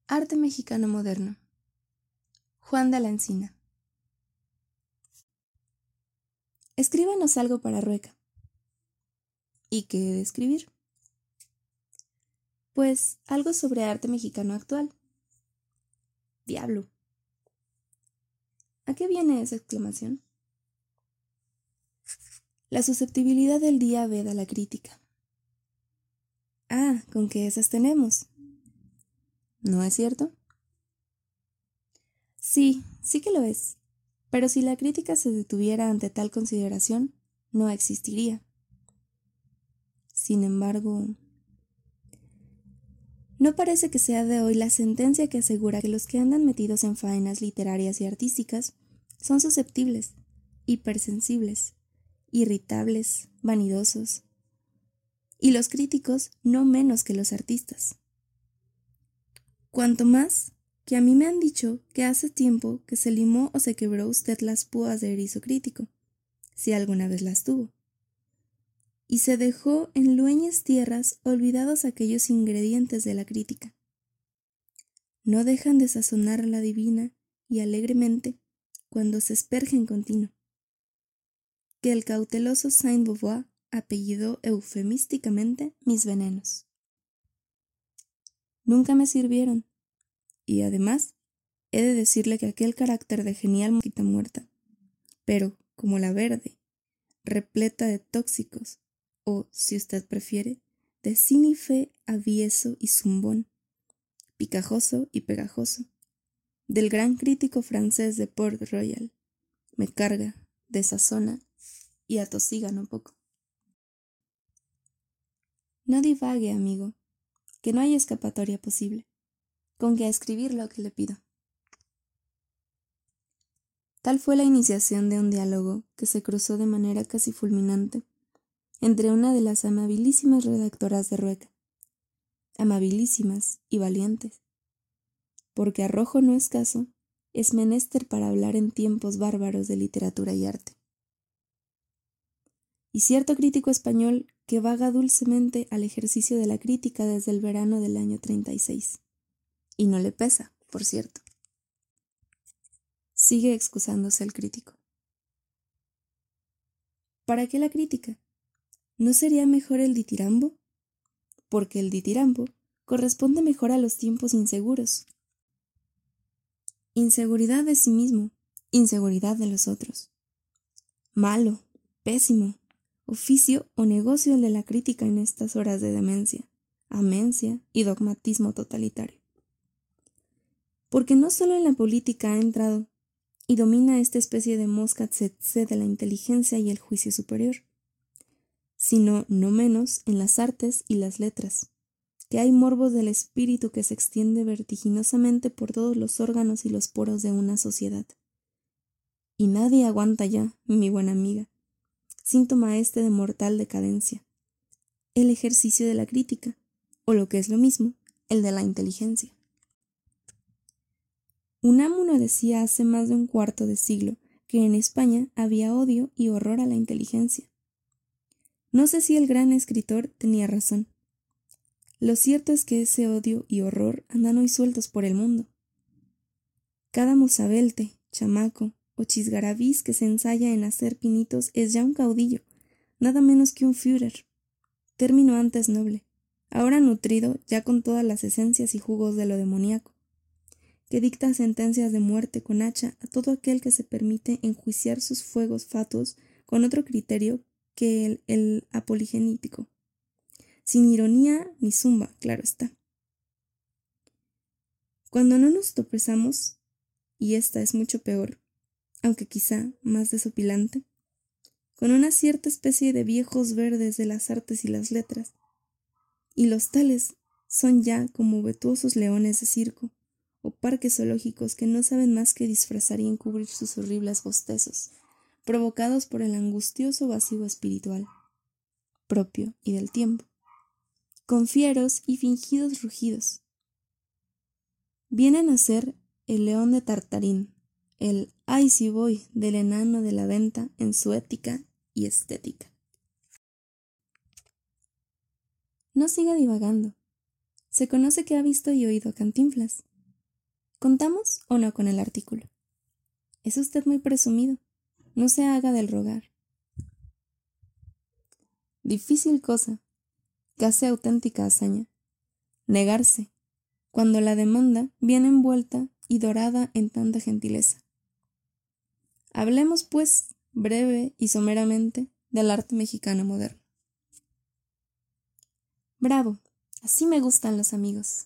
Arte mexicano moderno. Juan de la Encina. Escríbanos algo para Rueca. ¿Y qué he de escribir? Pues algo sobre arte mexicano actual. Diablo. ¿A qué viene esa exclamación? La susceptibilidad del día veda la crítica. Ah, con que esas tenemos. ¿No es cierto? Sí que lo es. Pero si la crítica se detuviera ante tal consideración, no existiría. Sin embargo, no parece que sea de hoy la sentencia que asegura que los que andan metidos en faenas literarias y artísticas son susceptibles, hipersensibles, irritables, vanidosos, y los críticos no menos que los artistas. Cuanto más que a mí me han dicho que hace tiempo que se limó o se quebró usted las púas de erizo crítico, si alguna vez las tuvo, y se dejó en lueñes tierras olvidados aquellos ingredientes de la crítica. No dejan de sazonarla divina y alegremente cuando se espergen continuo, que el cauteloso Saint-Beauvoir apellidó eufemísticamente mis venenos. Nunca me sirvieron, y además he de decirle que aquel carácter de genial mosquita muerta, pero como la verde, repleta de tóxicos, o, si usted prefiere, de sínife avieso y zumbón, picajoso y pegajoso, del gran crítico francés de Port Royal, me carga, desazona y atosigan un poco. No divague, amigo, que no hay escapatoria posible, con que a escribir lo que le pido. Tal fue la iniciación de un diálogo que se cruzó de manera casi fulminante entre una de las amabilísimas redactoras de Rueca, amabilísimas y valientes, porque arrojo no escaso es menester para hablar en tiempos bárbaros de literatura y arte. Y cierto crítico español que vaga dulcemente al ejercicio de la crítica desde el verano del año 36. Y no le pesa, por cierto. Sigue excusándose el crítico. ¿Para qué la crítica? ¿No sería mejor el ditirambo? Porque el ditirambo corresponde mejor a los tiempos inseguros. Inseguridad de sí mismo, inseguridad de los otros. Malo, pésimo, oficio o negocio el de la crítica en estas horas de demencia, amencia y dogmatismo totalitario. Porque no solo en la política ha entrado y domina esta especie de mosca tsetse de la inteligencia y el juicio superior, sino no menos en las artes y las letras, que hay morbos del espíritu que se extiende vertiginosamente por todos los órganos y los poros de una sociedad. Y nadie aguanta ya, mi buena amiga, síntoma este de mortal decadencia, el ejercicio de la crítica, o lo que es lo mismo, el de la inteligencia. Unamuno decía hace más de un cuarto de siglo que en España había odio y horror a la inteligencia. No sé si el gran escritor tenía razón. Lo cierto es que ese odio y horror andan hoy sueltos por el mundo. Cada mozabelte, chamaco o chisgarabís que se ensaya en hacer pinitos es ya un caudillo, nada menos que un Führer, término antes noble, ahora nutrido ya con todas las esencias y jugos de lo demoníaco, que dicta sentencias de muerte con hacha a todo aquel que se permite enjuiciar sus fuegos fatuos con otro criterio que el apoligenítico, sin ironía ni zumba, claro está. Cuando no nos tropezamos, y esta es mucho peor, aunque quizá más desopilante, con una cierta especie de viejos verdes de las artes y las letras, y los tales son ya como vetuosos leones de circo, o parques zoológicos que no saben más que disfrazar y encubrir sus horribles bostezos, provocados por el angustioso vacío espiritual, propio y del tiempo, con fieros y fingidos rugidos. Vienen a ser el león de Tartarín, el «ay si voy» del enano de la venta en su ética y estética. No siga divagando. Se conoce que ha visto y oído a Cantinflas, ¿Contamos o no con el artículo? Es usted muy presumido. No se haga del rogar. Difícil cosa, casi auténtica hazaña, negarse, cuando la demanda viene envuelta y dorada en tanta gentileza. Hablemos, pues, breve y someramente, del arte mexicano moderno. Bravo, así me gustan los amigos.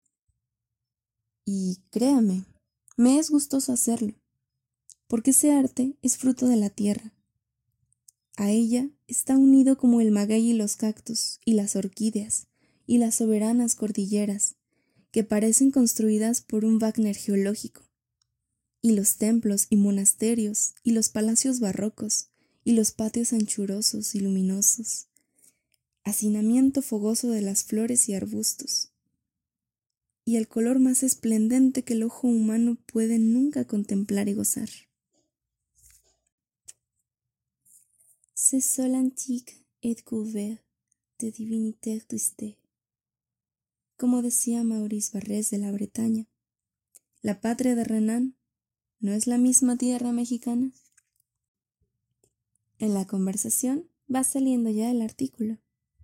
Y créame, me es gustoso hacerlo, porque ese arte es fruto de la tierra. A ella está unido como el maguey y los cactus, y las orquídeas, y las soberanas cordilleras, que parecen construidas por un Wagner geológico, y los templos y monasterios, y los palacios barrocos, y los patios anchurosos y luminosos, hacinamiento fogoso de las flores y arbustos, y el color más esplendente que el ojo humano puede nunca contemplar y gozar. Ce sol antique est couvert de divinité triste. Como decía Maurice Barrés de la Bretaña, la patria de Renan ¿no es la misma tierra mexicana? En la conversación va saliendo ya el artículo.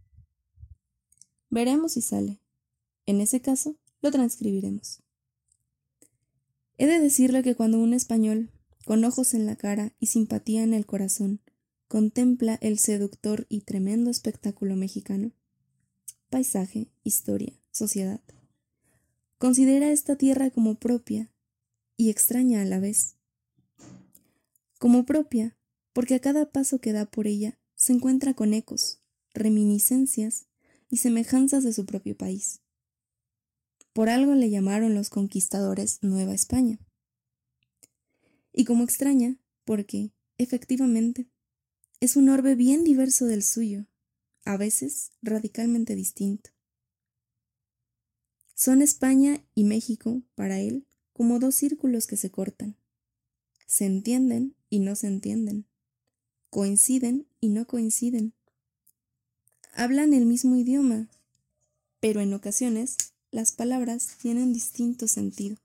Veremos si sale. En ese caso, lo transcribiremos. He de decirle que cuando un español, con ojos en la cara y simpatía en el corazón, contempla el seductor y tremendo espectáculo mexicano, paisaje, historia, sociedad, considera esta tierra como propia y extraña a la vez. Como propia, porque a cada paso que da por ella se encuentra con ecos, reminiscencias y semejanzas de su propio país. Por algo le llamaron los conquistadores Nueva España. Y como extraña, porque, efectivamente, es un orbe bien diverso del suyo, a veces radicalmente distinto. Son España y México, para él, como dos círculos que se cortan. Se entienden y no se entienden. Coinciden y no coinciden. Hablan el mismo idioma, pero en ocasiones las palabras tienen distinto sentido.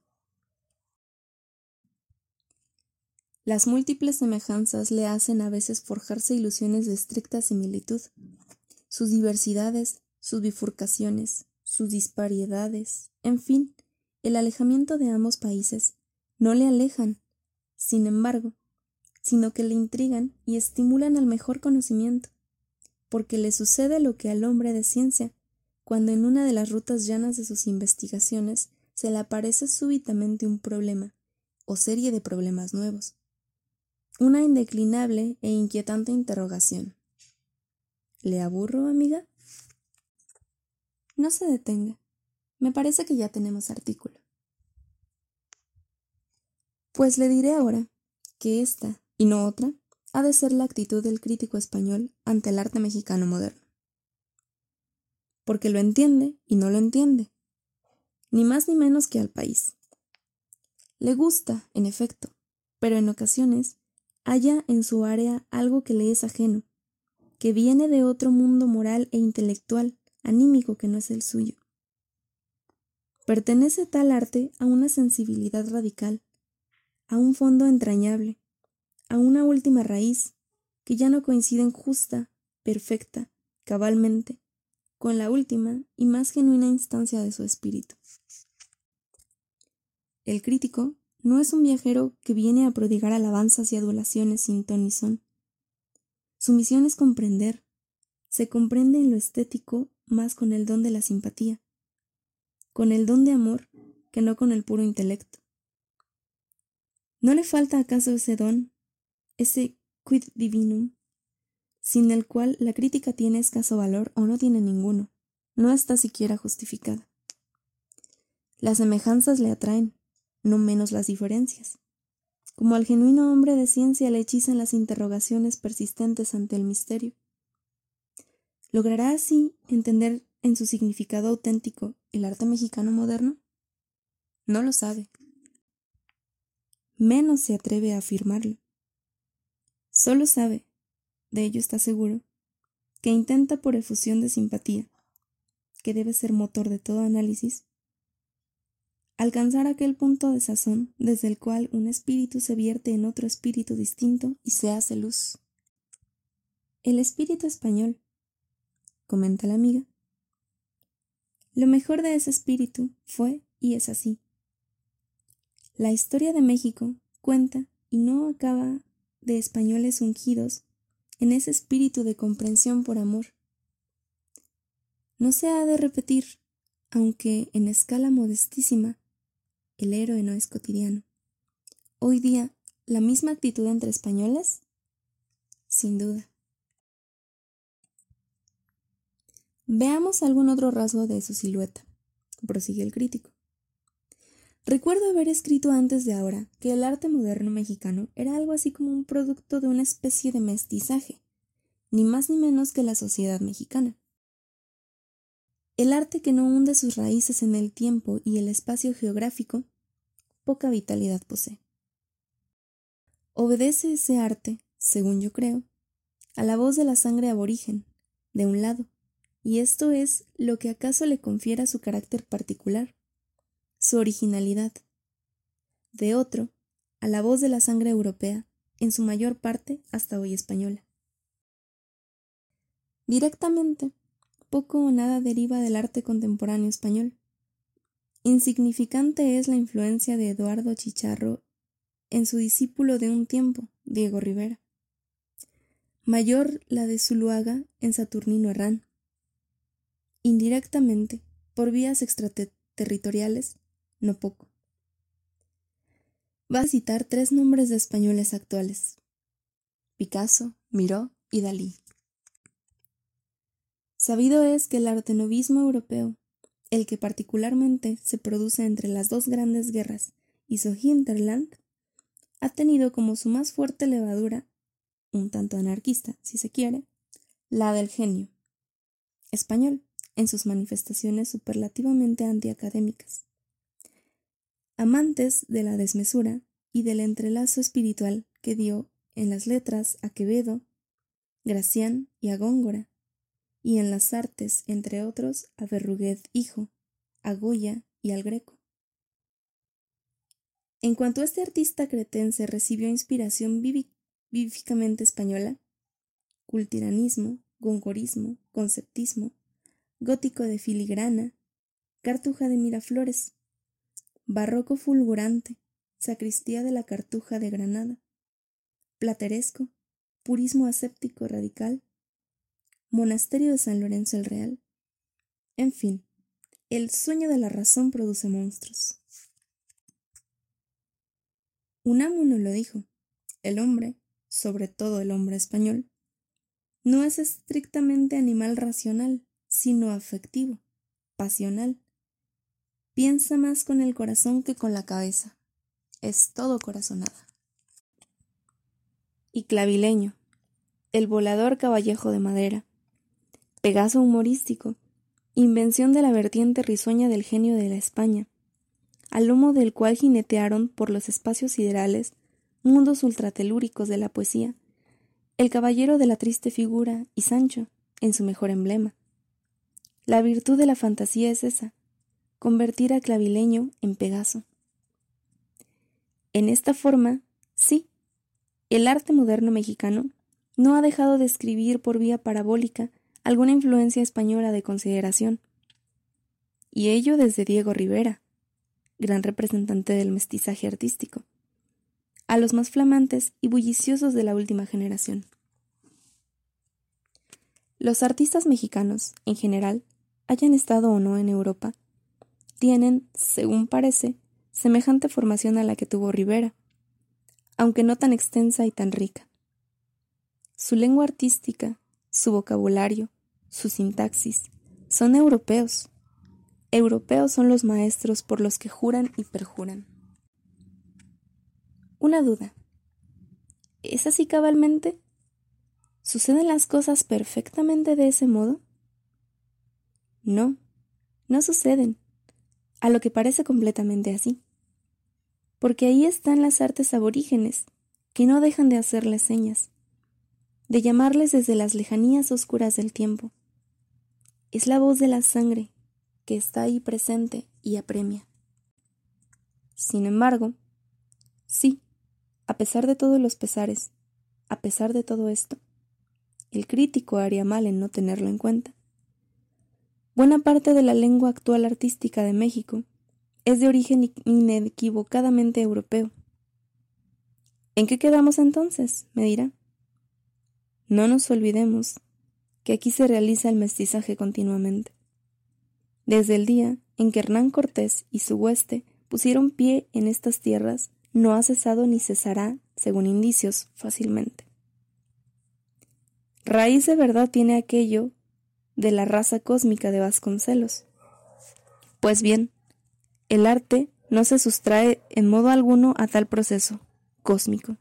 Las múltiples semejanzas le hacen a veces forjarse ilusiones de estricta similitud. Sus diversidades, sus bifurcaciones, sus disparidades, en fin, el alejamiento de ambos países no le alejan, sin embargo, sino que le intrigan y estimulan al mejor conocimiento, porque le sucede lo que al hombre de ciencia, cuando en una de las rutas llanas de sus investigaciones se le aparece súbitamente un problema, o serie de problemas nuevos. Una indeclinable e inquietante interrogación. ¿Le aburro, amiga? No se detenga. Me parece que ya tenemos artículo. Pues le diré ahora que esta, y no otra, ha de ser la actitud del crítico español ante el arte mexicano moderno. Porque lo entiende y no lo entiende, ni más ni menos que al país. Le gusta, en efecto, pero en ocasiones halla en su área algo que le es ajeno, que viene de otro mundo moral e intelectual, anímico que no es el suyo. Pertenece tal arte a una sensibilidad radical, a un fondo entrañable, a una última raíz, que ya no coinciden justa, perfecta, cabalmente, con la última y más genuina instancia de su espíritu. El crítico no es un viajero que viene a prodigar alabanzas y adulaciones sin ton ni son. Su misión es comprender. Se comprende en lo estético más con el don de la simpatía, con el don de amor que no con el puro intelecto. ¿No le falta acaso ese don, ese quid divinum, sin el cual la crítica tiene escaso valor o no tiene ninguno, no está siquiera justificada? Las semejanzas le atraen, no menos las diferencias. Como al genuino hombre de ciencia le hechizan las interrogaciones persistentes ante el misterio. ¿Logrará así entender en su significado auténtico el arte mexicano moderno? No lo sabe. Menos se atreve a afirmarlo. Solo sabe, de ello está seguro, que intenta por efusión de simpatía, que debe ser motor de todo análisis, alcanzar aquel punto de sazón desde el cual un espíritu se vierte en otro espíritu distinto y se hace luz. El espíritu español, comenta la amiga. Lo mejor de ese espíritu fue y es así. La historia de México cuenta y no acaba de españoles ungidos en ese espíritu de comprensión por amor. No se ha de repetir, aunque en escala modestísima, el héroe no es cotidiano. Hoy día, ¿la misma actitud entre españoles? Sin duda. Veamos algún otro rasgo de su silueta, prosigue el crítico. Recuerdo haber escrito antes de ahora que el arte moderno mexicano era algo así como un producto de una especie de mestizaje, ni más ni menos que la sociedad mexicana. El arte que no hunde sus raíces en el tiempo y el espacio geográfico, poca vitalidad posee. Obedece ese arte, según yo creo, a la voz de la sangre aborigen, de un lado, y esto es lo que acaso le confiera su carácter particular, su originalidad. De otro, a la voz de la sangre europea, en su mayor parte hasta hoy española. Directamente, poco o nada deriva del arte contemporáneo español. Insignificante es la influencia de Eduardo Chicharro en su discípulo de un tiempo, Diego Rivera. Mayor la de Zuluaga en Saturnino Herrán. Indirectamente, por vías extraterritoriales, no poco. Va a citar 3 nombres de españoles actuales: Picasso, Miró y Dalí. Sabido es que el artenovismo europeo, el que particularmente se produce entre las 2 grandes guerras y su hinterland, ha tenido como su más fuerte levadura, un tanto anarquista, si se quiere, la del genio español, en sus manifestaciones superlativamente antiacadémicas. Amantes de la desmesura y del entrelazo espiritual que dio en las letras a Quevedo, Gracián y a Góngora, y en las artes, entre otros, a Berruguet hijo, a Goya y al Greco. En cuanto este artista cretense recibió inspiración vivíficamente española, cultiranismo, gongorismo, conceptismo, gótico de filigrana, cartuja de Miraflores, barroco fulgurante, sacristía de la Cartuja de Granada, plateresco, purismo ascéptico radical, monasterio de San Lorenzo el Real. En fin, el sueño de la razón produce monstruos. Unamuno lo dijo: el hombre, sobre todo el hombre español, no es estrictamente animal racional, sino afectivo, pasional. Piensa más con el corazón que con la cabeza. Es todo corazonada. Y Clavileño, el volador caballejo de madera, Pegaso humorístico, invención de la vertiente risueña del genio de la España, al lomo del cual jinetearon por los espacios siderales mundos ultratelúricos de la poesía, el caballero de la triste figura y Sancho, en su mejor emblema. La virtud de la fantasía es esa: convertir a Clavileño en Pegaso. En esta forma, sí, el arte moderno mexicano no ha dejado de escribir por vía parabólica alguna influencia española de consideración, y ello desde Diego Rivera, gran representante del mestizaje artístico, a los más flamantes y bulliciosos de la última generación. Los artistas mexicanos, en general, hayan estado o no en Europa, tienen, según parece, semejante formación a la que tuvo Rivera, aunque no tan extensa y tan rica. Su lengua artística, su vocabulario, su sintaxis, son europeos. Europeos son los maestros por los que juran y perjuran. Una duda: ¿es así cabalmente? ¿Suceden las cosas perfectamente de ese modo? No, no suceden, a lo que parece completamente así. Porque ahí están las artes aborígenes, que no dejan de hacerles señas, de llamarles desde las lejanías oscuras del tiempo. Es la voz de la sangre, que está ahí presente y apremia. Sin embargo, sí, a pesar de todos los pesares, a pesar de todo esto, el crítico haría mal en no tenerlo en cuenta. Buena parte de la lengua actual artística de México es de origen inequívocamente europeo. ¿En qué quedamos entonces?, me dirá. No nos olvidemos que aquí se realiza el mestizaje continuamente. Desde el día en que Hernán Cortés y su hueste pusieron pie en estas tierras, no ha cesado ni cesará, según indicios, fácilmente. Raíz de verdad tiene aquello de la raza cósmica de Vasconcelos. Pues bien, el arte no se sustrae en modo alguno a tal proceso cósmico.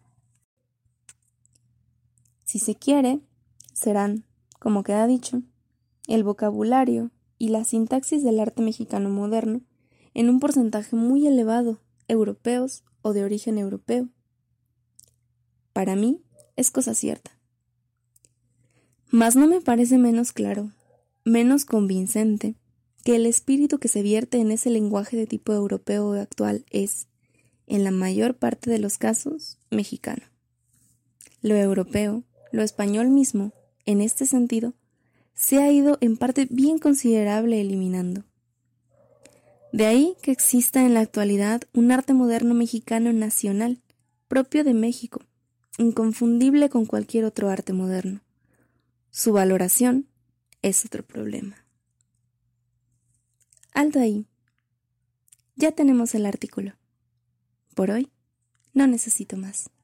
Si se quiere, serán, como queda dicho, el vocabulario y la sintaxis del arte mexicano moderno, en un porcentaje muy elevado, europeos o de origen europeo. Para mí es cosa cierta. Mas no me parece menos claro, menos convincente, que el espíritu que se vierte en ese lenguaje de tipo europeo actual es, en la mayor parte de los casos, mexicano. Lo europeo, lo español mismo, en este sentido, se ha ido en parte bien considerable eliminando. De ahí que exista en la actualidad un arte moderno mexicano nacional, propio de México, inconfundible con cualquier otro arte moderno. Su valoración es otro problema. Alto ahí. Ya tenemos el artículo. Por hoy, no necesito más.